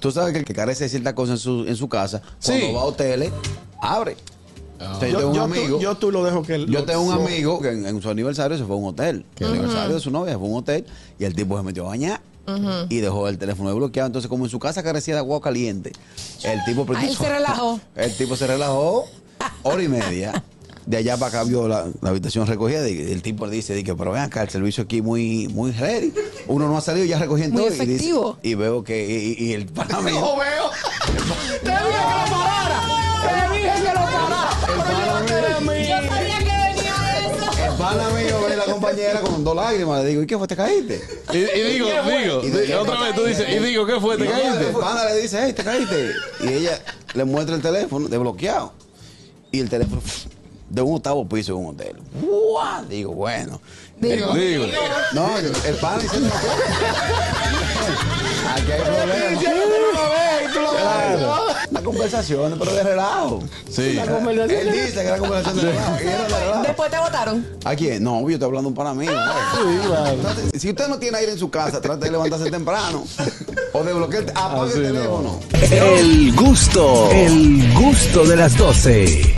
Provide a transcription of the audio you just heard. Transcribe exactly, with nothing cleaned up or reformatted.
Tú sabes que el que carece de ciertas cosas en su, en su casa, cuando Sí. va a hoteles, abre. Ah. Entonces, yo tengo Yo, un yo, tú, amigo. yo tú lo dejo que él- Yo lo- tengo un so- amigo que en, en su aniversario se fue a un hotel. El aniversario de su novia se fue a un hotel y el tipo se metió a bañar y dejó el teléfono desbloqueado. Entonces, como en su casa carecía de agua caliente, el tipo Ah, él se relajó. El tipo se relajó hora y media. De allá para acá vio la, la habitación recogida y el tipo le dice, dice, pero ven acá, el servicio aquí muy, muy ready. Uno no ha salido ya recogiendo Muy y dice- efectivo. Y, veo que y, y el pana mío, No veo. Te dije que lo parara. Te dije que lo parara. el pana mío, Yo sabía que venía eso. el pana mío ve la compañera con dos lágrimas. Le digo, ¿y qué fue? ¿Te caíste? Y, y digo, digo, Y de- di- otra vez tú dices, y digo, ¿qué fue? ¿Te No, caíste? El pana le dice, hey, te caíste. Y ella le muestra el teléfono desbloqueado. Y el teléfono de un octavo piso de un hotel. ¡Guau! Digo, bueno. Digo. Digo. No, el, el pana dice, no, aquí hay problemas. Claro. La conversación, pero de relajo. Sí. La conversación Él de- dice que la conversación de relajo. Y era de relajo. Después te votaron. ¿A quién? No, yo estoy hablando un pana mío. Entonces, si usted no tiene aire en su casa, trate de levantarse temprano. O de bloquear, apague Así el no. teléfono. El gusto, el gusto de las doce.